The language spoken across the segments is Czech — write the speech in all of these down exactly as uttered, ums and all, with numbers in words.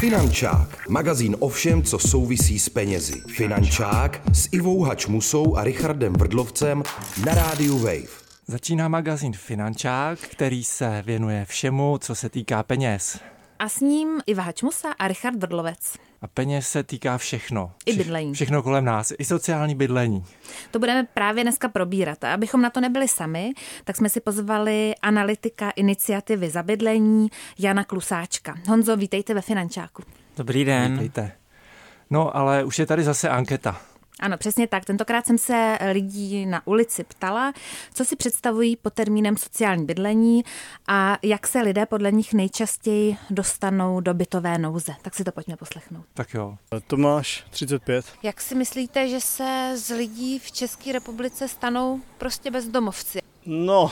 Finančák, magazín o všem, co souvisí s penězi. Finančák s Ivou Hačmusou a Richardem Vrdlovcem na rádiu Wave. Začíná magazín Finančák, který se věnuje všemu, co se týká peněz. A s ním Iva Hačmusa a Richard Vrdlovec. A peněz se týká všechno. I bydlení. Všechno kolem nás, i sociální bydlení. To budeme právě dneska probírat. A abychom na to nebyli sami, tak jsme si pozvali analytika iniciativy Za bydlení Jana Klusáčka. Honzo, vítejte ve Finančáku. Dobrý den. Vítejte. No, ale už je tady zase anketa. Ano, přesně tak. Tentokrát jsem se lidí na ulici ptala, co si představují pod termínem sociální bydlení a jak se lidé podle nich nejčastěji dostanou do bytové nouze. Tak si to pojďme poslechnout. Tak jo. Tomáš, třicet pět. Jak si myslíte, že se z lidí v České republice stanou prostě bezdomovci? No,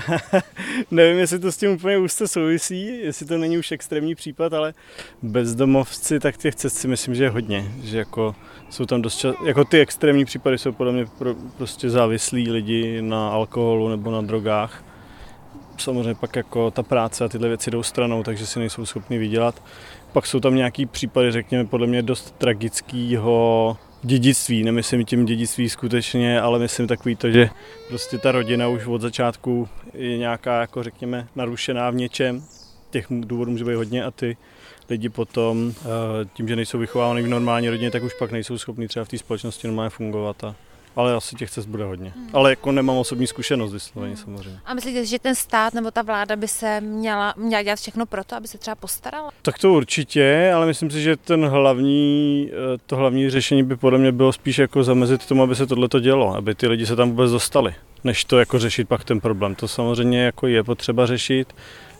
nevím, jestli to s tím úplně úzce souvisí, jestli to není už extrémní případ, ale bezdomovci, tak těch cest si myslím, že je hodně, že jako jsou tam dost čas, jako ty extrémní případy jsou podle mě pro, prostě závislí lidi na alkoholu nebo na drogách. Samozřejmě pak jako ta práce a tyhle věci jdou stranou, takže si nejsou schopni vydělat. Pak jsou tam nějaký případy, řekněme, podle mě dost tragického dědictví, nemyslím tím dědictví skutečně, ale myslím takový to, že prostě ta rodina už od začátku je nějaká, jako řekněme, narušená v něčem. Těch důvodů může být hodně a ty lidi potom tím, že nejsou vychovávaný v normální rodině, tak už pak nejsou schopní třeba v té společnosti normálně fungovat. A, ale asi těch cest bude hodně. Hmm. Ale jako nemám osobní zkušenost vysloveně hmm. samozřejmě. A myslíte, že ten stát nebo ta vláda by se měla, měla dělat všechno pro to, aby se třeba postarala? Tak to určitě, ale myslím si, že ten hlavní, to hlavní řešení by podle mě bylo spíš jako zamezit tomu, aby se tohleto dělo, aby ty lidi se tam vůbec dostali, než to jako řešit pak ten problém. To samozřejmě jako je potřeba řešit.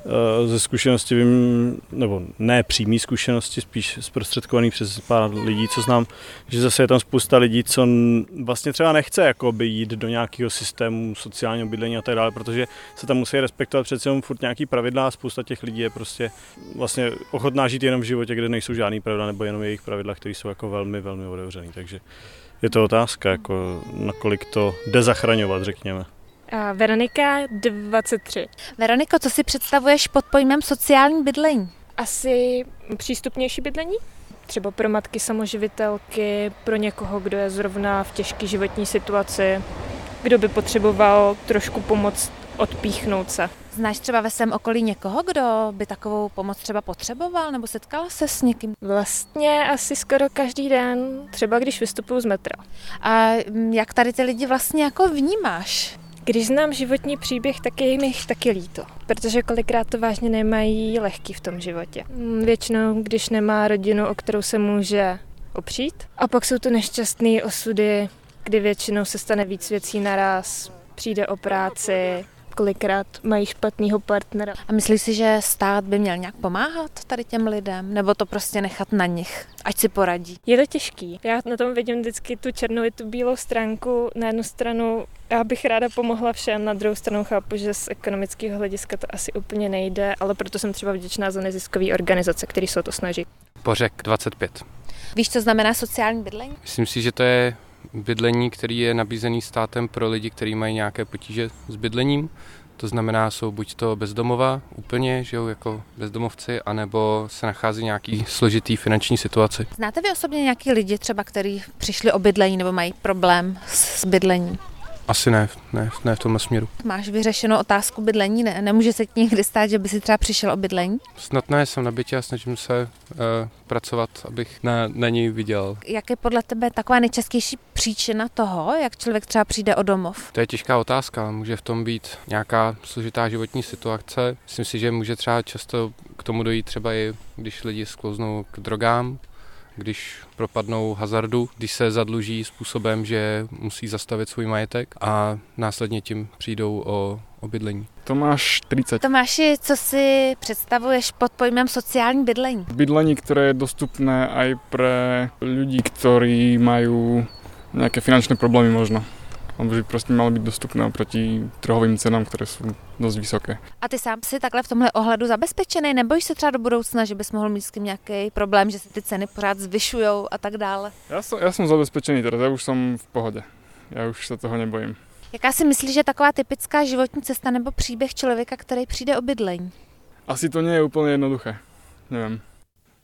Ze zkušenosti vím, nebo ne přímý zkušenosti, spíš zprostředkovaný přes pár lidí, co znám, že zase je tam spousta lidí, co vlastně třeba nechce jakoby jít do nějakého systému sociálního bydlení a tak dále, protože se tam musí respektovat přece jenom furt nějaký pravidla a spousta těch lidí je prostě vlastně ochotná žít jenom v životě, kde nejsou žádný pravidla nebo jenom jejich pravidla, které jsou jako velmi, velmi otevřený, takže je to otázka, jako nakolik to jde zachraňovat, řekněme. A Veronika, dvacet tři. Veroniko, co si představuješ pod pojmem sociální bydlení? Asi přístupnější bydlení? Třeba pro matky samoživitelky, pro někoho, kdo je zrovna v těžké životní situaci, kdo by potřeboval trošku pomoct odpíchnout se. Znáš třeba ve svém okolí někoho, kdo by takovou pomoc třeba potřeboval, nebo setkala se s někým? Vlastně asi skoro každý den, třeba když vystupuju z metra. A jak tady ty lidi vlastně jako vnímáš? Když znám životní příběh, tak je jim jich taky líto, protože kolikrát to vážně nemají lehký v tom životě. Většinou, když nemá rodinu, o kterou se může opřít. A pak jsou to nešťastné osudy, kdy většinou se stane víc věcí naraz, přijde o práci, kolikrát mají špatného partnera. A myslíš si, že stát by měl nějak pomáhat tady těm lidem, nebo to prostě nechat na nich, ať si poradí? Je to těžký. Já na tom vidím vždycky tu černou i tu bílou stránku. Na jednu stranu já bych ráda pomohla všem, na druhou stranu chápu, že z ekonomického hlediska to asi úplně nejde, ale proto jsem třeba vděčná za neziskové organizace, které se o to snaží. Bořek, dvacet pět. Víš, co znamená sociální bydlení? Myslím si, že to je bydlení, který je nabízený státem pro lidi, kteří mají nějaké potíže s bydlením. To znamená, jsou buď to bezdomova úplně, žijou jako bezdomovci, anebo se nachází v nějaký složitý finanční situaci. Znáte vy osobně nějaký lidi třeba, kteří přišli o bydlení nebo mají problém s bydlením? Asi ne, ne, ne v tomhle směru. Máš vyřešenou otázku bydlení? Ne, nemůže se ti někdy stát, že by si třeba přišel o bydlení? Snad ne, jsem na bytě a snažím se uh, pracovat, abych na, na něj viděl. Jak je podle tebe taková nejčastější příčina toho, jak člověk třeba přijde o domov? To je těžká otázka. Může v tom být nějaká složitá životní situace. Myslím si, že může třeba často k tomu dojít třeba i, když lidi sklouznou k drogám, když propadnou hazardu, když se zadluží způsobem, že musí zastavit svůj majetek a následně tím přijdou o, o bydlení. Tomáš, třicet. Tomáši, co si představuješ pod pojmem sociální bydlení? Bydlení, které je dostupné aj pre ľudí, ktorí majú nejaké finančné problémy možno. Alebo že prostě malo být dostupné oproti trhovým cenám, které jsou dost vysoké. A ty sám si takhle v tomhle ohledu zabezpečený? Nebojíš se třeba do budoucna, že bys mohl mít s tím nějaký problém, že se ty ceny pořád zvyšujou a tak dále? Já jsem, já jsem zabezpečený teraz, já už jsem v pohodě. Já už se toho nebojím. Jaká si myslíš, že je taková typická životní cesta nebo příběh člověka, který přijde o bydlení? Asi to nie je úplně jednoduché. Nevím.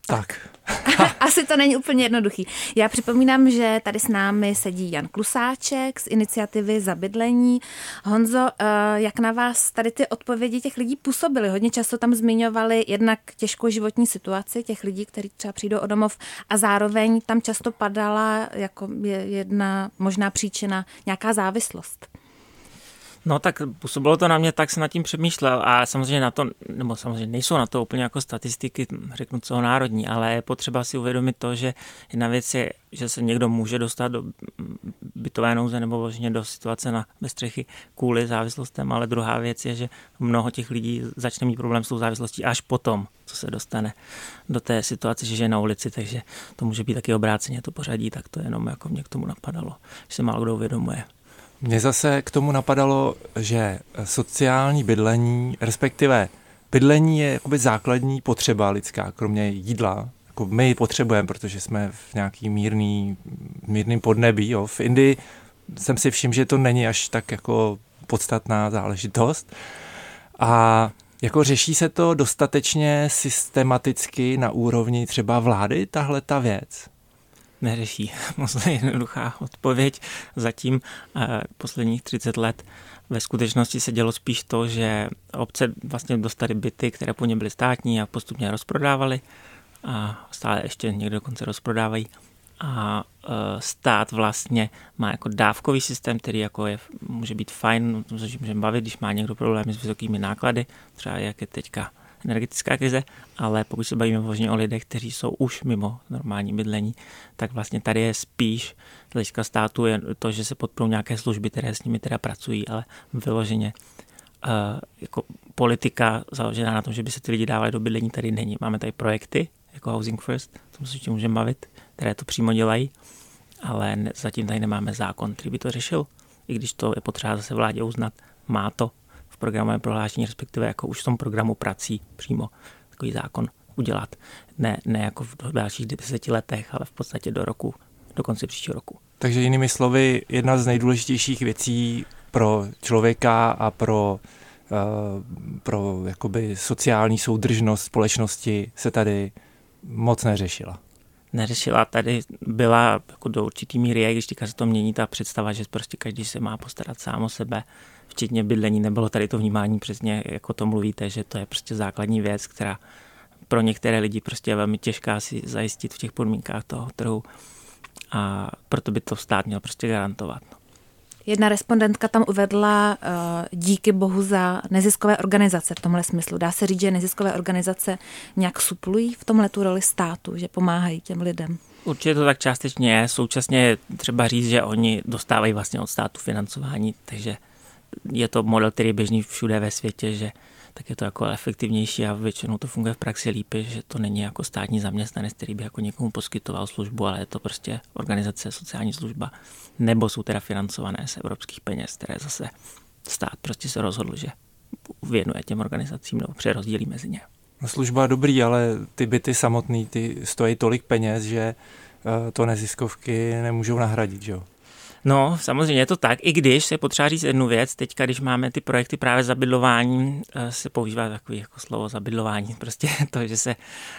Tak. Asi to není úplně jednoduchý. Já připomínám, že tady s námi sedí Jan Klusáček z iniciativy Za bydlení. Honzo, jak na vás tady ty odpovědi těch lidí působily? Hodně často tam zmiňovali jednak těžkou životní situaci těch lidí, kteří třeba přijdou o domov, a zároveň tam často padala jako jedna možná příčina nějaká závislost. No tak působilo to na mě, tak jsem nad tím přemýšlel a samozřejmě na to, nebo samozřejmě nejsou na to úplně jako statistiky, řeknu celonárodní, ale je potřeba si uvědomit to, že jedna věc je, že se někdo může dostat do bytové nouze nebo vlastně do situace na bez střechy kvůli závislostem, ale druhá věc je, že mnoho těch lidí začne mít problém s tou závislostí až potom, co se dostane do té situace, že je na ulici, takže to může být taky obráceně to pořadí, tak to jenom jako mě k tomu napadalo, že se málo kdo uvědomuje. Mně zase k tomu napadalo, že sociální bydlení, respektive bydlení je jakoby základní potřeba lidská, kromě jídla. Jako my ji potřebujeme, protože jsme v nějaký mírný, mírným podnebí. Jo. V Indii jsem si všiml, že to není až tak jako podstatná záležitost. A jako řeší se to dostatečně systematicky na úrovni třeba vlády, tahle ta věc? Neřeší. Moc jednoduchá odpověď. Zatím eh, posledních třicet let ve skutečnosti se dělo spíš to, že obce vlastně dostaly byty, které po ně byly státní a postupně rozprodávaly a stále ještě někdo dokonce rozprodávají. A eh, stát vlastně má jako dávkový systém, který jako je, může být fajn, to se můžeme bavit, když má někdo problémy s vysokými náklady, třeba jak je teďka energetická krize, ale pokud se bavíme vlastně o lidech, kteří jsou už mimo normální bydlení, tak vlastně tady je spíš z hlediska státu je to, že se podporou nějaké služby, které s nimi teda pracují, ale vyloženě uh, jako politika založená na tom, že by se ty lidi dávali do bydlení, tady není. Máme tady projekty, jako Housing First, o tom se ještě můžeme bavit, které to přímo dělají, ale ne, zatím tady nemáme zákon, který by to řešil, i když to je potřeba zase vládě uznat, má to v programovém prohlášení, respektive jako už v tom programu prací přímo takový zákon udělat. Ne, ne jako v dalších deseti letech, ale v podstatě do roku, do konce příštího roku. Takže jinými slovy, jedna z nejdůležitějších věcí pro člověka a pro, uh, pro jakoby sociální soudržnost společnosti se tady moc neřešila. Neřešila, tady byla jako do určitý míry, když teďka se to mění ta představa, že prostě každý se má postarat sám o sebe, včetně bydlení, nebylo tady to vnímání přesně, jako to mluvíte, že to je prostě základní věc, která pro některé lidi prostě je velmi těžká si zajistit v těch podmínkách toho trhu a proto by to stát měl prostě garantovat. Jedna respondentka tam uvedla uh, díky bohu za neziskové organizace v tomhle smyslu. Dá se říct, že neziskové organizace nějak suplují v tomhle tu roli státu, že pomáhají těm lidem? Určitě to tak částečně je. Současně je třeba říct, že oni dostávají vlastně od státu financování, takže je to model, který je běžný všude ve světě, že tak je to jako efektivnější a většinou to funguje v praxi líp, že to není jako státní zaměstnanec, který by jako někomu poskytoval službu, ale je to prostě organizace, sociální služba, nebo jsou teda financované z evropských peněz, které zase stát prostě se rozhodl, že věnuje těm organizacím nebo přerozdělí mezi ně. Služba dobrý, ale ty byty samotný, ty stojí tolik peněz, že to neziskovky nemůžou nahradit, že jo? No, samozřejmě je to tak, i když se potřeba říct jednu věc, teďka, když máme ty projekty právě zabydlování, se používá takový jako slovo zabydlování, prostě to, že se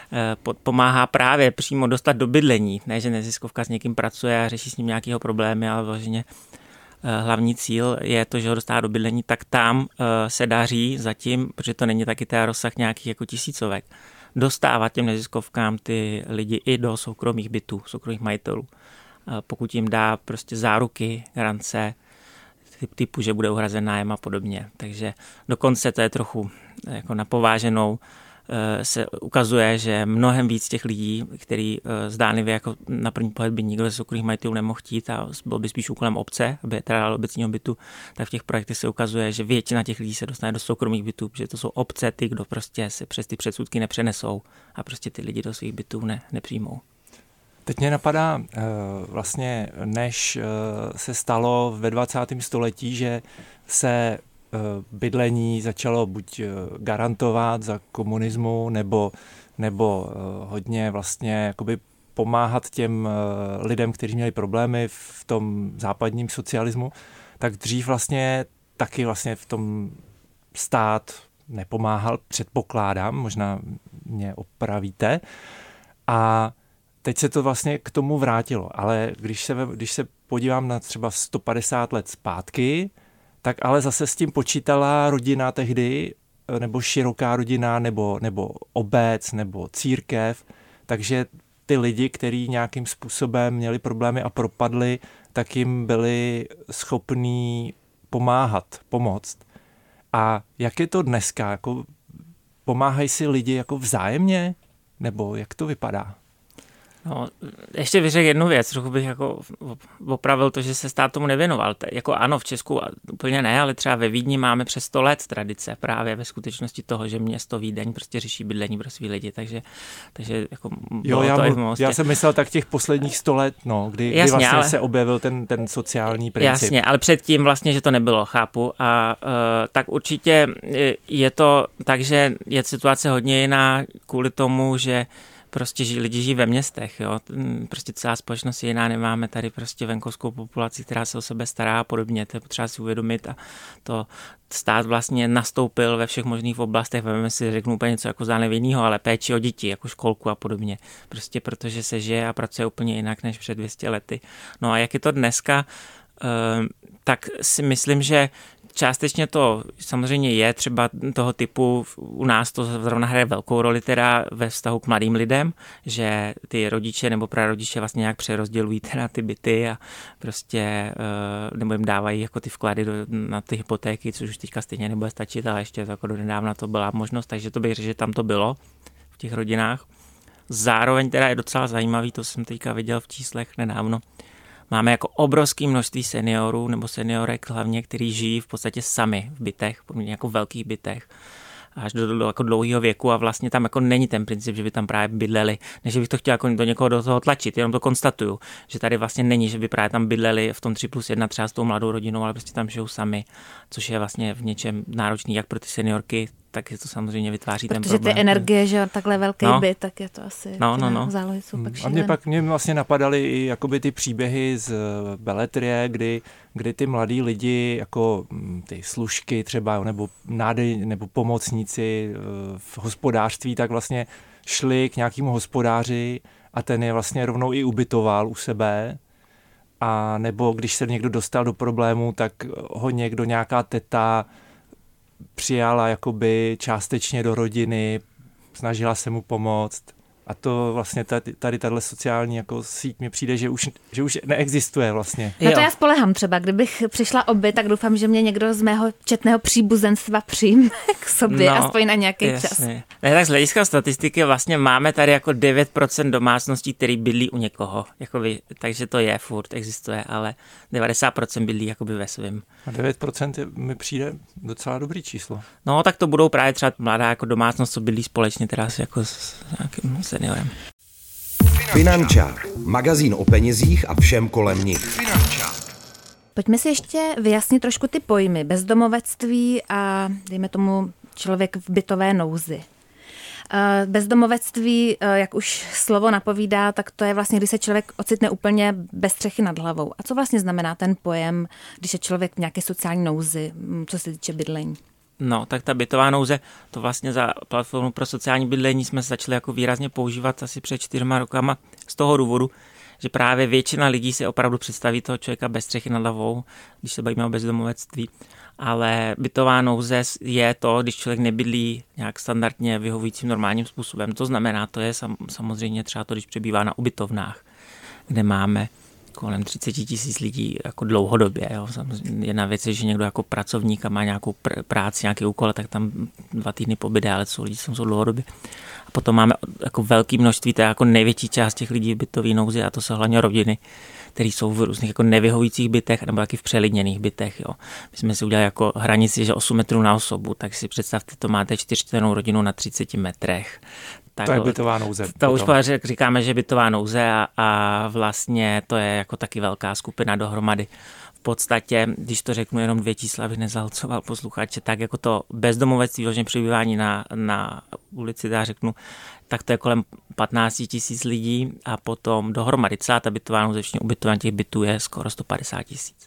pomáhá právě přímo dostat do bydlení, ne, že neziskovka s někým pracuje a řeší s ním nějakého problémy, ale vlastně hlavní cíl je to, že ho dostává do bydlení, tak tam se daří zatím, protože to není taky ten rozsah nějakých jako tisícovek, dostávat těm neziskovkám ty lidi i do soukromých bytů, soukromých majitelů. Pokud jim dá prostě záruky, garance, typu, že bude uhrazen nájem a podobně. Takže dokonce to je trochu jako napováženou, se ukazuje, že mnohem víc těch lidí, který zdánlivě jako na první pohled by nikdo ze soukromých majitelů nemohl chtít a byl by spíš úkolem obce, aby teda dal obecního bytu, tak v těch projektech se ukazuje, že většina těch lidí se dostane do soukromých bytů, protože to jsou obce, ty, kdo prostě se přes ty předsudky nepřenesou a prostě ty lidi do svých bytů ne, nepřijmou. Teď mě napadá vlastně, než se stalo ve dvacátém století, že se bydlení začalo buď garantovat za komunismu, nebo, nebo hodně vlastně jakoby pomáhat těm lidem, kteří měli problémy v tom západním socialismu, tak dřív vlastně taky vlastně v tom stát nepomáhal, předpokládám, možná mě opravíte. A teď se to vlastně k tomu vrátilo, ale když se, když se podívám na třeba sto padesát let zpátky, tak ale zase s tím počítala rodina tehdy, nebo široká rodina, nebo, nebo obec, nebo církev, takže ty lidi, kteří nějakým způsobem měli problémy a propadli, tak jim byli schopní pomáhat, pomoct. A jak je to dneska? Jako, pomáhají si lidi jako vzájemně? Nebo jak to vypadá? No, ještě bych řekl jednu věc, trochu bych jako opravil to, že se stát tomu nevěnoval. Jako ano, v Česku úplně ne, ale třeba ve Vídni máme přes sto let tradice právě ve skutečnosti toho, že město Vídeň prostě řeší bydlení pro svý lidi, takže, takže jako jo, já, to mluv, i v Mostě. Já jsem myslel tak těch posledních sto let, no, kdy, Jasně, kdy vlastně ale, se objevil ten, ten sociální princip. Jasně, ale předtím vlastně, že to nebylo, chápu. A uh, tak určitě je to tak, že je situace hodně jiná kvůli tomu, že prostě ži, lidi žijí ve městech, jo. Prostě celá společnost je jiná, nemáme tady prostě venkovskou populaci, která se o sebe stará a podobně, to je potřeba si uvědomit a to stát vlastně nastoupil ve všech možných oblastech, vezmeme si, řeknu úplně něco jako zdánlivě jiného, ale péči o děti, jako školku a podobně, prostě protože se žije a pracuje úplně jinak než před dvě stě lety. No a jak je to dneska, tak si myslím, že částečně to samozřejmě je třeba toho typu, u nás to zrovna hraje velkou roli teda ve vztahu k mladým lidem, že ty rodiče nebo prarodiče vlastně nějak přerozdělují teda ty byty a prostě nebo jim dávají jako ty vklady do, na ty hypotéky, což už teďka stejně nebude stačit, ale ještě jako do nedávna to byla možnost, takže to bych řekl, že tam to bylo v těch rodinách. Zároveň teda je docela zajímavý, to jsem teďka viděl v číslech nedávno, máme jako obrovské množství seniorů nebo seniorek hlavně, kteří žijí v podstatě sami v bytech, poměrně jako velkých bytech až do, do, do jako dlouhého věku a vlastně tam jako není ten princip, že by tam právě bydleli, než bych to chtěl jako do někoho do toho tlačit, jenom to konstatuju, že tady vlastně není, že by právě tam bydleli v tom tři plus jedna třeba s tou mladou rodinou, ale prostě tam žijou sami, což je vlastně v něčem náročný jak pro ty seniorky, tak je to samozřejmě vytváří protože ten problém. Protože ty energie, že takhle velký no. byt, tak je to asi no, no, no. zálohy jsou pak A mě pak mě vlastně napadaly i jakoby ty příběhy z beletrie, kdy, kdy ty mladí lidi, jako ty služky třeba, nebo nády, nebo pomocníci v hospodářství, tak vlastně šli k nějakému hospodáři a ten je vlastně rovnou i ubytoval u sebe. A nebo když se někdo dostal do problému, tak ho někdo, nějaká teta přijala jakoby částečně do rodiny, snažila se mu pomoct. A to vlastně tady, tady tato sociální jako síť mi přijde, že už, že už neexistuje vlastně. Na to já spolehám třeba, kdybych přišla o byt, tak doufám, že mě někdo z mého četného příbuzenstva přijme k sobě, no, aspoň na nějaký jasně. čas. Ne, tak z hlediska statistiky vlastně máme tady jako devět procent domácností, který bydlí u někoho. Jakoby, takže to je, furt existuje, ale devadesát procent bydlí jakoby ve svém. A devět procent mi přijde docela dobrý číslo. No, tak to budou právě třeba mladá jako domácnost, co bydlí společně teda jako s nějakým seniorem. Finančák. Magazín o penězích a všem kolem nich. Finančák. Pojďme si ještě vyjasnit trošku ty pojmy bezdomovectví a dejme tomu člověk v bytové nouzi. Bezdomovectví, jak už slovo napovídá, tak to je vlastně, když se člověk ocitne úplně bez střechy nad hlavou. A co vlastně znamená ten pojem, když je člověk v nějaké sociální nouzi, co se týče bydlení? No, tak ta bytová nouze, to vlastně za platformu pro sociální bydlení jsme začali jako výrazně používat asi před čtyřma rokama z toho důvodu, že právě většina lidí si opravdu představí toho člověka bez střechy nad hlavou, když se bavíme o bezdomovectví, ale bytová nouze je to, když člověk nebydlí nějak standardně vyhovujícím normálním způsobem. To znamená, to je sam, samozřejmě třeba to, když přebývá na ubytovnách, kde máme kolem třicet tisíc lidí jako dlouhodobě. Jo. Jedna věc je, že někdo jako pracovník a má nějakou pr- práci, nějaký úkol, tak tam dva týdny pobyde, ale jsou lidi, jsou dlouhodobě. A potom máme jako velké množství, to je jako největší část těch lidí v bytové nouzi a to jsou hlavně rodiny, které jsou v různých jako nevyhovujících bytech nebo taky v přelidněných bytech. Jo. My jsme si udělali jako hranici, že osm metrů na osobu, tak si představte, to máte čtyřčlennou rodinu na třiceti metrech. Tak, to je bytová nouze. To, to už říkáme, že bytová nouze a, a vlastně to je jako taky velká skupina dohromady. V podstatě, když to řeknu jenom dvě čísla, abych nezahlcoval posluchače, tak jako to bezdomovectví, vložně přebývání na, na ulici, já řeknu, tak to je kolem patnáct tisíc lidí a potom dohromady celá ta bytová nouze, všichni ubytování těch bytů je skoro sto padesát tisíc.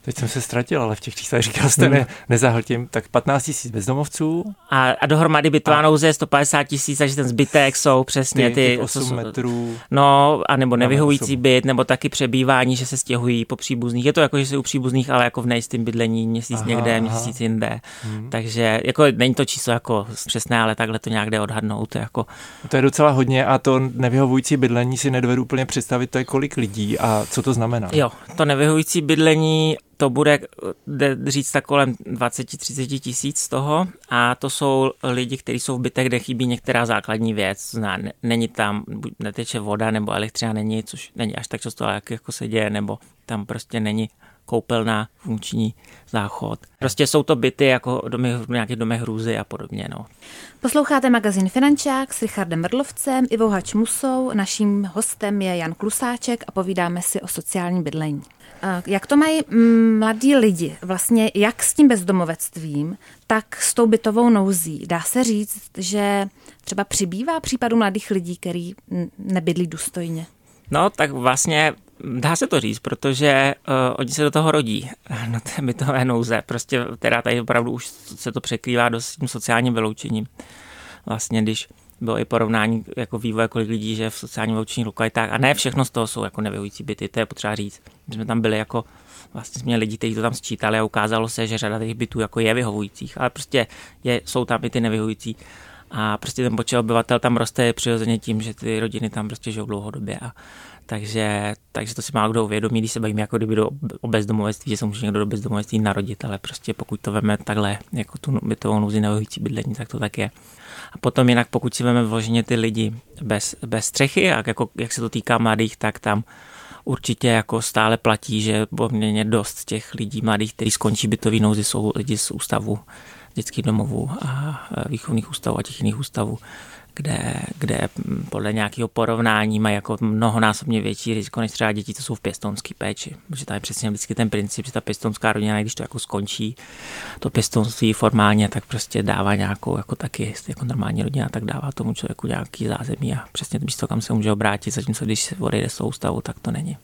Teď jsem se ztratil, ale v těch číslech říkal jste, ne, nezahltím, tak patnáct tisíc bezdomovců. A, a dohromady bytová nouze je sto padesát tisíc, takže ten zbytek jsou přesně ty, ty osm metrů. No, a nebo nevyhovující byt, nebo taky přebývání, že se stěhují po příbuzných. Je to jako, že jsou u příbuzných, ale jako v nejistém bydlení, měsíc aha, někde, aha. měsíc jinde. Hmm. Takže jako není to číslo jako přesné, ale takhle to nějak jde odhadnout. Jako. To je docela hodně a to nevyhovující bydlení si nedovedu úplně představit, to je kolik lidí a co to znamená. Jo, to nevyhovující bydlení to bude říct tak kolem dvacet až třicet tisíc z toho a to jsou lidi, kteří jsou v bytech, kde chybí některá základní věc. Není tam, neteče voda nebo elektřina není, což není až tak často, ale jak jako se děje, nebo tam prostě není koupelná, funkční záchod. Prostě jsou to byty jako domy, nějaké domy hrůzy a podobně. No. Posloucháte magazín Finančák s Richardem Vrdlovcem, Ivou Hačmusou. Naším hostem je Jan Klusáček a povídáme si o sociálním bydlení. Jak to mají mladí lidi, vlastně jak s tím bezdomovectvím, tak s tou bytovou nouzí? Dá se říct, že třeba přibývá případů mladých lidí, který nebydlí důstojně? No, tak vlastně dá se to říct, protože uh, oni se do toho rodí, na té bytové nouze. Prostě teda tady opravdu už se to překrývá dost s tím sociálním vyloučením. Vlastně, když bylo i porovnání jako vývoje, kolik lidí, že v sociálně vyloučených lokalitách, a ne všechno z toho jsou jako nevyhovující byty, to je potřeba říct. My jsme tam byli jako, vlastně jsme měli lidi, kteří to tam sčítali a ukázalo se, že řada těch bytů jako je vyhovujících, ale prostě je, jsou tam i ty nevyhovující. A prostě ten počet obyvatel tam roste přirozeně tím, že ty rodiny tam prostě žijou dlouhodobě. A takže, takže to si málo kdo uvědomí, když se bavíme jako kdyby do, o bezdomovectví, že se může někdo do bezdomovectví narodit, ale prostě pokud to veme takhle, jako tu bytovou nouzi nevyhovující bydlení, tak to tak je. A potom jinak, pokud si veme vloženě ty lidi bez, bez střechy, a jako, jak se to týká mladých, tak tam určitě jako stále platí, že poměrně dost těch lidí mladých, kteří skončí bytový nouzi, jsou lidi z ústavu, dětských domovů a výchovných ústavů a těch jiných ústavů, kde, kde podle nějakého porovnání mají jako mnohonásobně větší riziko než třeba děti, co jsou v pěstounské péči. Protože tam je přesně vždycky ten princip, že ta pěstounská rodina, když to jako skončí, to pěstounství formálně, tak prostě dává nějakou, jako taky, jako normální rodina, tak dává tomu člověku nějaký zázemí a přesně to místo, kam se může obrátit, zatímco když se odejde z toho ústavu, tak to není.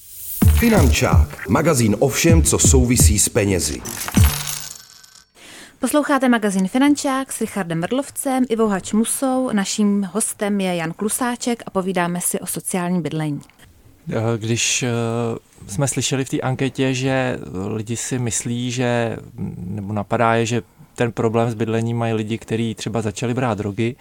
Finančák, magazín o všem, co souvisí s penězi. Posloucháte magazín Finančák s Richardem Vrdlovcem, Ivou Hačmusou. Naším hostem je Jan Klusáček a povídáme si o sociálním bydlení. Když jsme slyšeli v té anketě, že lidi si myslí, že, nebo napadá je, že ten problém s bydlením mají lidi, kteří třeba začali brát drogy,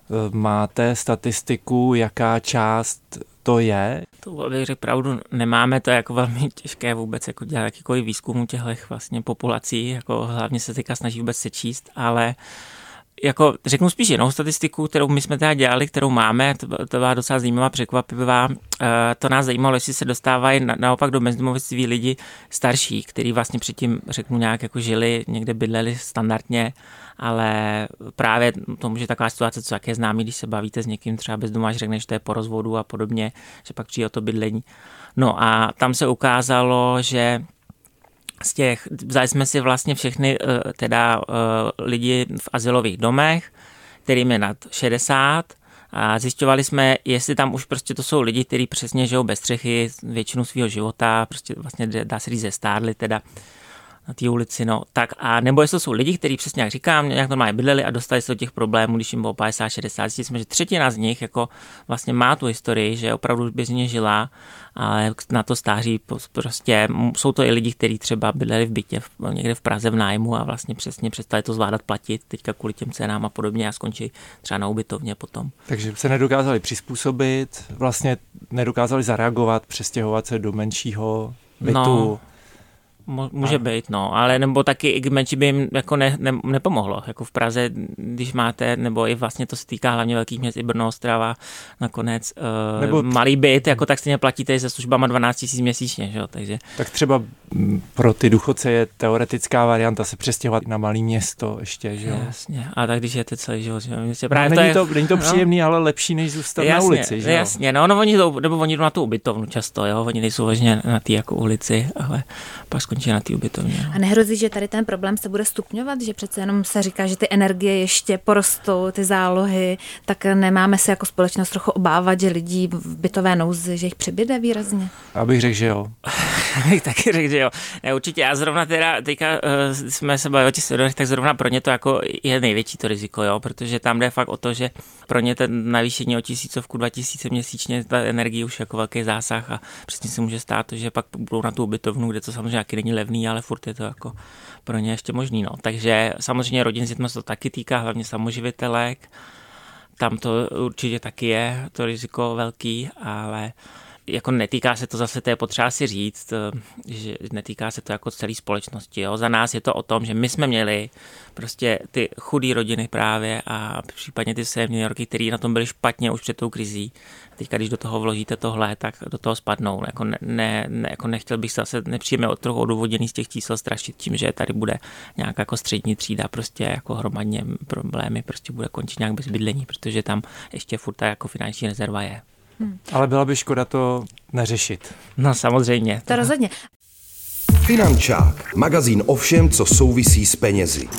máte statistiku, jaká část to je? To bych řekl pravdu, nemáme, to jako velmi těžké vůbec jako dělat jakýkoliv výzkumu těchto vlastně populací, jako hlavně se teďka snaží vůbec sečíst, ale jako řeknu spíš jinou statistiku, kterou my jsme teda dělali, kterou máme, to, to byla docela zajímavá, překvapivá. E, to nás zajímalo, jestli se dostávají na, naopak do bezdomovectví lidi starší, kteří vlastně předtím, řeknu, nějak jako žili, někde bydleli standardně, ale právě to může taková situace, co také známý, když se bavíte s někým třeba bez doma, že řekneš, že to je po rozvodu a podobně, že pak přijde o to bydlení. No a tam se ukázalo, že z těch, vzali jsme si vlastně všechny teda lidi v azylových domech, kterým je nad šedesát, a zjišťovali jsme, jestli tam už prostě to jsou lidi, kteří přesně žijou bez střechy většinu svého života, prostě vlastně dá se říct zestárli teda na té ulici, no, tak a nebo jestli to jsou lidi, kteří přesně, jak říkám, nějak normálně bydleli a dostali se do těch problémů, když jim bylo padesát šedesát. Zjistili jsme, že třetina z nich jako vlastně má tu historii, že opravdu běžně žila, ale na to stáří prostě jsou to i lidi, kteří třeba bydleli v bytě někde v Praze v nájmu a vlastně přesně přestali to zvládat platit teďka kvůli těm cenám a podobně a skončí třeba na ubytovně potom. Takže se nedokázali přizpůsobit, vlastně nedokázali zareagovat, přestěhovat se do menšího bytu. No. Může a. být, no, ale nebo taky i menší by jim jako ne, ne, nepomohlo. Jako v Praze, když máte, nebo i vlastně to se týká hlavně velkých měst, i Brno, Ostrava, nakonec uh, nebo malý byt, jako tak stejně platíte se službama dvanáct tisíc měsíčně, že jo, takže. Tak třeba pro ty důchodce je teoretická varianta se přestěhovat na malé město ještě, že jo. Jasně, a tak když jete celý život, že jo. Právě no, není, to, je, to, není to příjemný, no. Ale lepší, než zůstat jasně, na ulici, že jo. Jasně, no, no oni jdou, nebo oni jdou na tu ubytovnu často, jo, oni nejsou vlastně na té jako ulici, ale pak skončí na té ubytovně. No. A nehrozí, že tady ten problém se bude stupňovat, že přece jenom se říká, že ty energie ještě porostou, ty zálohy, tak nemáme se jako společnost trochu obávat, že lidí v bytové nouzi, že jich přibyde výrazně? Abych řekl, že jo. bych taky řekl, že jo. Ne, určitě, já zrovna teda, teďka uh, jsme se bavili o těch seniorech, tak zrovna pro ně to jako je největší to riziko, jo, protože tam jde fakt o to, že pro ně ten navýšení o tisícovku, dva tisíce měsíčně, ta energie už jako velký zásah a přesně se může stát to, že pak budou na tu ubytovnu, kde to samozřejmě taky není levný, ale furt je to jako pro ně ještě možný, no. Takže samozřejmě rodin s dětmi se to taky týká, hlavně samoživitelek, tam to určitě taky je, to riziko velký, ale jako netýká se to zase, to je potřeba si říct, že netýká se to jako celé společnosti. Jo. Za nás je to o tom, že my jsme měli prostě ty chudé rodiny právě a případně ty seniorky, který na tom byli špatně už před tou krizí. Teďka, když do toho vložíte tohle, tak do toho spadnou. Jako, ne, ne, jako nechtěl bych se zase nepříjemně od trochu odůvodněný z těch čísel strašit tím, že tady bude nějaká jako střední třída prostě jako hromadně problémy, prostě bude končit nějak bez bydlení, protože tam ještě furt ta jako finanční rezerva je. Hmm. Ale byla by škoda to neřešit. No samozřejmě. To rozhodně. Finančák, magazín o všem, co souvisí s penězi.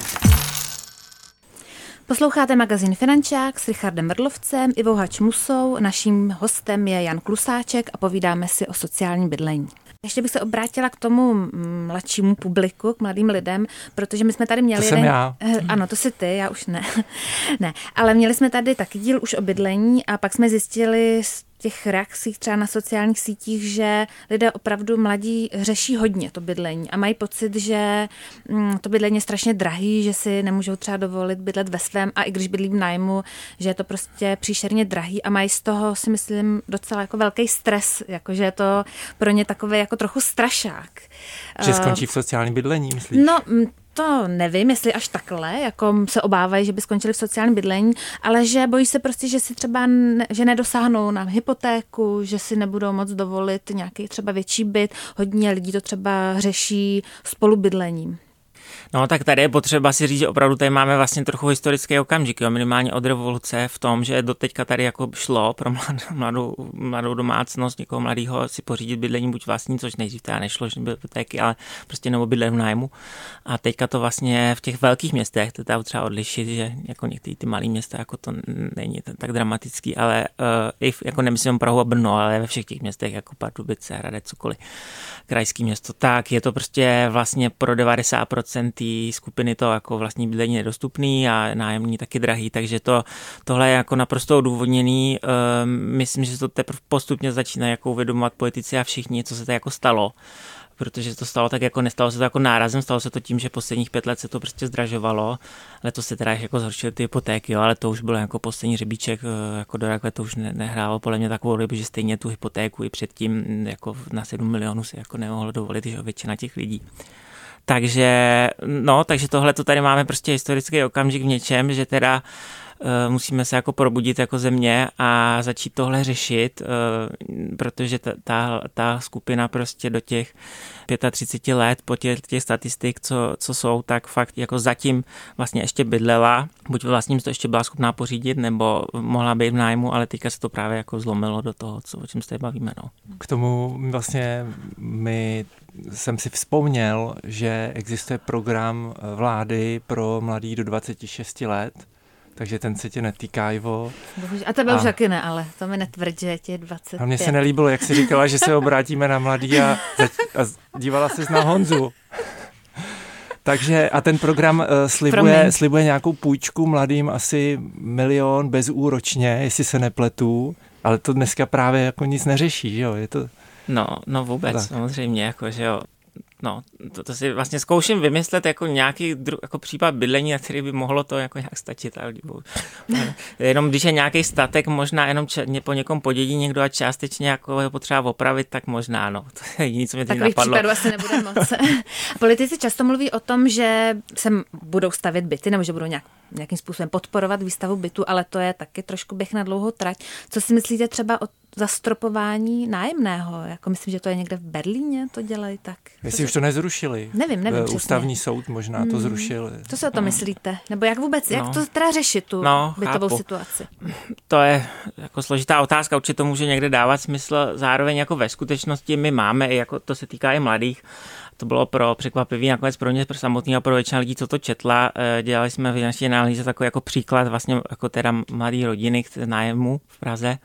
Posloucháte magazín Finančák s Richardem Vrdlovcem, Ivou Hačmusou. Naším hostem je Jan Klusáček a povídáme si o sociálním bydlení. Ještě bych se obrátila k tomu mladšímu publiku, k mladým lidem, protože my jsme tady měli... To jsem jeden... já. Ano, to jsi ty, já už ne. ne. Ale měli jsme tady taky díl už o bydlení a pak jsme zjistili z těch reakcích třeba na sociálních sítích, že lidé opravdu mladí řeší hodně to bydlení a mají pocit, že to bydlení je strašně drahý, že si nemůžou třeba dovolit bydlet ve svém a i když bydlí v nájmu, že je to prostě příšerně drahý a mají z toho, si myslím, docela jako velký stres, jakože je to pro ně takový jako trochu strašák. Že skončí v sociálním bydlení, myslíš? No, to nevím, jestli až takhle, jako se obávají, že by skončili v sociálním bydlení, ale že bojí se prostě, že si třeba ne, že nedosáhnou na hypotéku, že si nebudou moc dovolit nějaký třeba větší byt. Hodně lidí to třeba řeší spolubydlením. No tak tady je potřeba si říct, že opravdu tady máme vlastně trochu historický okamžik, jo, minimálně od revoluce v tom, že doteďka tady jako šlo pro mladou, mladou domácnost někoho mladého si pořídit bydlení buď vlastní, což nejdřív teda nešlo, že byly hypotéky, ale prostě nebo bydlet v nájmu. A teďka to vlastně v těch velkých městech, to je třeba odlišit, že jako některé ty malé města jako to není tak dramatický, ale uh, i v, jako nemyslím Prahu a Brno, ale ve všech těch městech jako Pardubice, Hradec, cokoliv, krajský město, tak je to prostě vlastně pro devadesát procent té skupiny to jako vlastní bydlení nedostupný a nájemní taky drahý, takže to, tohle je jako naprosto odůvodněný. Uh, myslím, že to teprve postupně začínají jako uvědomovat politici a všichni, co se to jako stalo. Protože to stalo tak jako nestalo se to jako nárazem, stalo se to tím, že posledních pět let se to prostě zdražovalo. Letos se teda jako zhoršily ty hypotéky, jo, ale to už bylo jako poslední řebíček, jako do rakve to už ne, nehrálo podle mě takovou roli, že stejně tu hypotéku i předtím jako na sedm milionů si jako nemohlo dovolit, že většina těch lidí. Takže, no, takže tohle to tady máme prostě historický okamžik v něčem, že teda uh, musíme se jako probudit jako země a začít tohle řešit, uh, protože ta, ta, ta skupina prostě do těch třicet pět let po těch, těch statistik, co, co jsou, tak fakt jako zatím vlastně ještě bydlela, buď vlastním to ještě byla schopná pořídit, nebo mohla být v nájmu, ale teďka se to právě jako zlomilo do toho, co, o čem se tady bavíme. No. K tomu vlastně my jsem si vzpomněl, že existuje program vlády pro mladý do dvacet šest let, takže ten se tě netýká, Ivo. A tebe a... už taky ne, ale to mi netvrď, že tě je dvacet pět. A mně se nelíbilo, jak jsi říkala, že se obrátíme na mladý a, a dívala ses na Honzu. Takže a ten program uh, slibuje, slibuje nějakou půjčku mladým asi milion bezúročně, jestli se nepletu, ale to dneska právě jako nic neřeší, jo, je to... No, no vůbec, tak. Samozřejmě, jako, že jo. No, to, to si vlastně zkouším vymyslet jako nějaký dru, jako případ bydlení, na který by mohlo to jako nějak stačit. Ale jenom když je nějaký statek, možná jenom če, po někom podědí někdo a částečně jako je potřeba opravit, tak možná, no. To je jediný, co mě teď napadlo. Takových případů asi nebude moc. Politici často mluví o tom, že se budou stavět byty, nebo že budou nějak, nějakým způsobem podporovat výstavu bytu, ale to je taky trošku běh na dlouhou trať. Co si myslíte třeba o zastropování nájemného? Jako myslím, že to je někde v Berlíně, to dělají tak. Jestli už to nezrušili. Nevím, nevím přesně. Ústavní soud možná hmm. to zrušil. Co si o to myslíte? Nebo jak vůbec, no. jak to teda řešit tu no, bytovou chápu. situaci? To je jako složitá otázka, určitě to může někde dávat smysl. Zároveň jako ve skutečnosti my máme, i jako to se týká i mladých, to bylo pro překvapivý nakonec pro mě, pro samotný a pro většina lidí, co to četla. Dělali jsme v naší analýze takový jako příklad vlastně jako teda mladý rodiny k nájemu v Praze.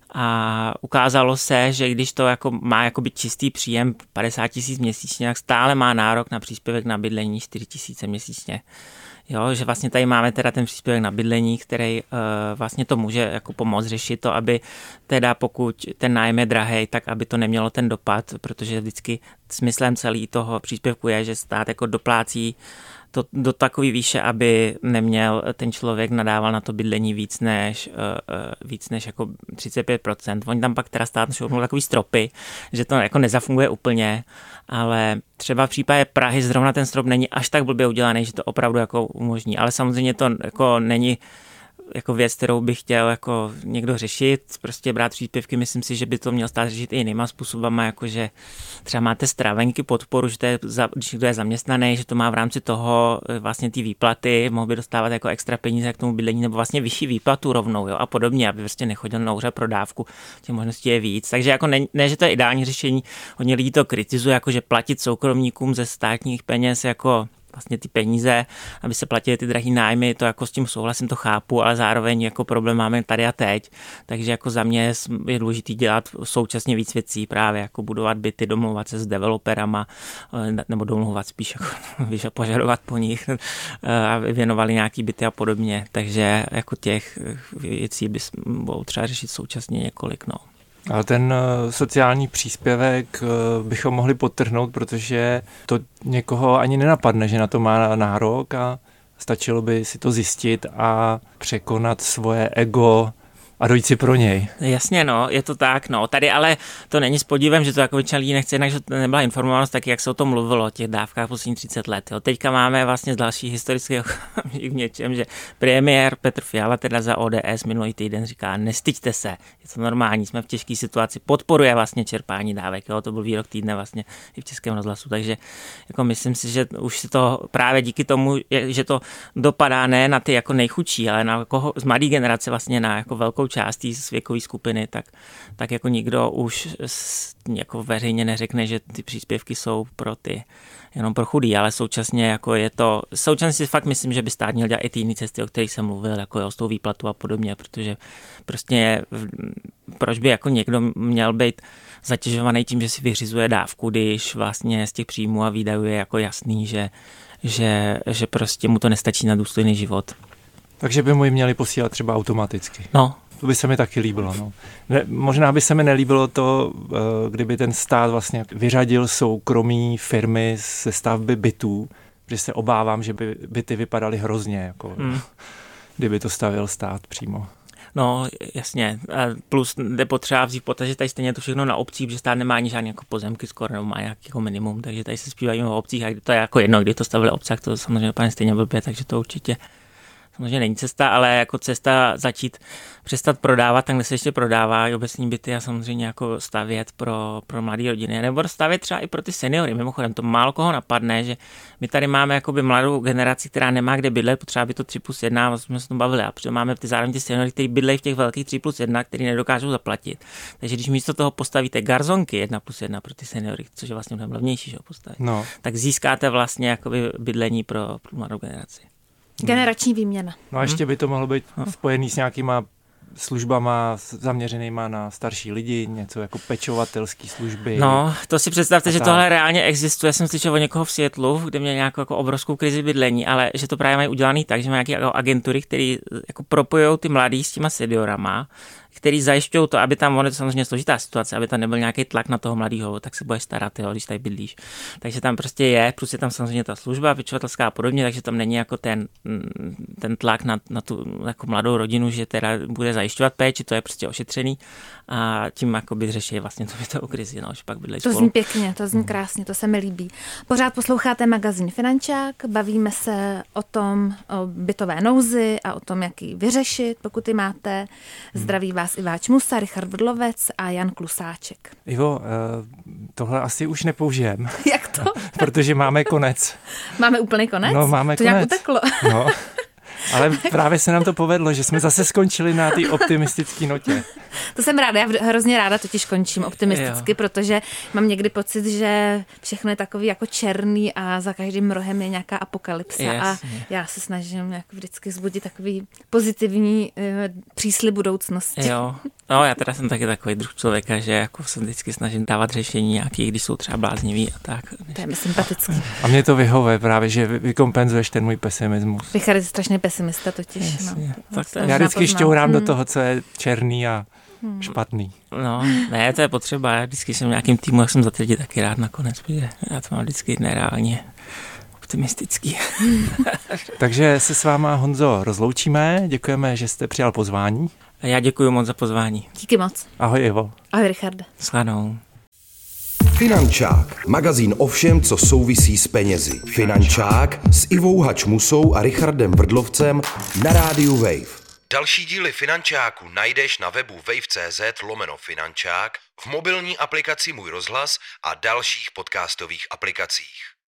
A ukázalo se, že když to jako má jakoby čistý příjem padesát tisíc měsíčně, tak stále má nárok na příspěvek na bydlení čtyři tisíce měsíčně. Jo, že vlastně tady máme teda ten příspěvek na bydlení, který uh, vlastně to může jako pomoct řešit to, aby teda pokud ten nájem je drahej, tak aby to nemělo ten dopad, protože vždycky smyslem celý toho příspěvku je, že stát jako doplácí to do takové výše, aby neměl ten člověk nadával na to bydlení víc než, uh, uh, víc než jako třicet pět procent. Oni tam pak teda stát šoupnou takový stropy, že to jako nezafunguje úplně, ale třeba v případě Prahy zrovna ten strop není až tak blbě udělaný, že to opravdu jako umožní, ale samozřejmě to jako není jako věc, kterou bych chtěl jako někdo řešit, prostě brát příspěvky, myslím si, že by to měl stát řešit i jinýma způsobama, jakože třeba máte stravenky, podporu, že to je, když někdo je zaměstnaný, že to má v rámci toho vlastně ty výplaty, mohl by dostávat jako extra peníze k tomu bydlení, nebo vlastně vyšší výplatu rovnou, jo, a podobně, aby prostě nechodil na úřad pro dávku, těch možností je víc. Takže jako ne, ne, že to je ideální řešení, hodně lidí to kritizuje, jako že platit soukromníkům ze státních peněz jako vlastně ty peníze, aby se platily ty drahý nájmy, to jako s tím souhlasím, to chápu, ale zároveň jako problém máme tady a teď, takže jako za mě je důležité dělat současně víc věcí, právě jako budovat byty, domlouvat se s developerama, nebo domlouvat spíš jako požadovat po nich, aby věnovali nějaký byty a podobně, takže jako těch věcí by bylo třeba řešit současně několik, no. Ale ten sociální příspěvek bychom mohli podtrhnout, protože to někoho ani nenapadne, že na to má nárok a stačilo by si to zjistit a překonat svoje ego a dojít si pro něj. Jasně, no, je to tak, no. Tady ale to není s podívem, že to jako většina lidí nechce, jinak, že to nebyla informovanost, tak jak se o tom mluvilo, o těch dávkách poslední třicet let. Jo. Teďka máme vlastně z další historického v něčem, že premiér Petr Fiala teda za O D S minulý týden říká, nestyďte se, je to normální, jsme v těžké situaci, podporuje vlastně čerpání dávek, jo. To byl výrok týdne vlastně i v Českém rozhlasu, takže jako myslím si, že už si to právě díky tomu, že to dopadá ne na ty jako nejchudší, ale na koho z mladé generace vlastně na jako velkou část té věkové skupiny, tak, tak jako nikdo už jako veřejně neřekne, že ty příspěvky jsou pro ty jenom pro chudý, ale současně jako je to, současně si fakt myslím, že by stát měl dělat i ty jiné cesty, o kterých jsem mluvil, jako jo, s tou výplatu a podobně, protože prostě proč by jako někdo měl být zatěžovaný tím, že si vyřizuje dávku, když vlastně z těch příjmů a výdajů je jako jasný, že, že, že prostě mu to nestačí na důstojný život. Takže by mu ji měli posílat třeba automaticky. No. To by se mi taky líbilo. No. Ne, možná by se mi nelíbilo to, kdyby ten stát vlastně vyřadil soukromí firmy ze stavby bytů, protože se obávám, že by byty vypadaly hrozně, jako, hmm. kdyby to stavil stát přímo. No, jasně. A plus jde potřeba vzít potaz, že tady stejně to všechno na obcích, protože stát nemá ani žádný jako pozemky skoro, nebo má nějaký jako minimum, takže tady se zpívají o obcích a to je jako jedno, kdy to stavili obcích, to samozřejmě úplně stejně blbě, takže to určitě samozřejmě není cesta, ale jako cesta začít přestat prodávat, tam, kde se ještě prodává obecní byty a samozřejmě jako stavět pro, pro mladé rodiny, nebo stavět třeba i pro ty seniory. Mimochodem, to málo koho napadne, že my tady máme jakoby mladou generaci, která nemá kde bydlet, potřeba by to tři plus jedna, vlastně jsme se tom bavili, a protože máme ty zároveň ty seniory, kteří bydlejí v těch velkých tři plus jedna, který nedokážou zaplatit. Takže když místo toho postavíte garzonky jedna plus jedna pro ty seniory, což je vlastně mnohem levnější, že ho postavit, no. tak získáte vlastně jakoby bydlení pro, pro mladou generaci. Generační výměna. No a ještě by to mohlo být spojený s nějakýma službama zaměřenýma na starší lidi, něco jako pečovatelské služby. No, to si představte, že tohle reálně existuje. Já jsem slyšel o někoho v Seattlu, kde měl nějakou jako obrovskou krizi bydlení, ale že to právě mají udělaný tak, že mají nějaké jako agentury, které jako propojují ty mladý s těma seniorama, který zajišťují to, aby tam, ono je to samozřejmě složitá situace, aby tam nebyl nějaký tlak na toho mladého, tak se budeš starat, jo, když tady bydlíš. Takže tam prostě je, plus je tam samozřejmě ta služba pečovatelská a podobně, takže tam není jako ten, ten tlak na, na tu jako mladou rodinu, že teda bude zajišťovat péči, to je prostě ošetřený a tím jakoby řeší vlastně tu bytovou krizi, no, že pak bydlej To spolu. zní pěkně, to zní krásně, to se mi líbí. Pořád posloucháte magazín Finančák, bavíme se o tom, o bytové nouzi a o tom, jak ji vyřešit, pokud ji máte. Zdraví vás Iváč Musa, Richard Vrdlovec a Jan Klusáček. Ivo, tohle asi už nepoužijem. Jak to? Protože máme konec. Máme úplný konec? No, máme to konec. nějak uteklo. No. Ale právě se nám to povedlo, že jsme zase skončili na té optimistické notě. To jsem ráda, já hrozně ráda totiž končím optimisticky, jo. Protože mám někdy pocit, že všechno je takový jako černý a za každým rohem je nějaká apokalypsa. Jasně. A já se snažím jako vždycky vzbudit takový pozitivní uh, příslib budoucnosti. Jo, no já teda jsem taky takový druh člověka, že jako se vždycky snažím dávat řešení nějaký, když jsou třeba blázniví a tak. To je mi sympatický. A mě to vyhovuje právě, že vykompenzuješ ten můj pesimismus. Richard je strašně pesimista totiž. No. Tak to já vždycky šťourám hmm. do toho, co je černý a hmm. špatný. No, ne, to je potřeba. Já vždycky jsem v nějakým týmu, jak jsem za ty lidi taky rád nakonec, protože já to mám vždycky nereálně optimistický. Takže se s váma, Honzo, rozloučíme. Děkujeme, že jste přijal pozvání. A já děkuji moc za pozvání. Díky moc. Ahoj, Ivo. Ahoj, Richarde. Shledanou. Finančák, magazín o všem, co souvisí s penězi. Finančák s Ivou Hačmusou a Richardem Vrdlovcem na rádiu Wave. Další díly Finančáku najdeš na webu wave tečka cz lomeno finančák, v mobilní aplikaci Můj rozhlas a dalších podcastových aplikacích.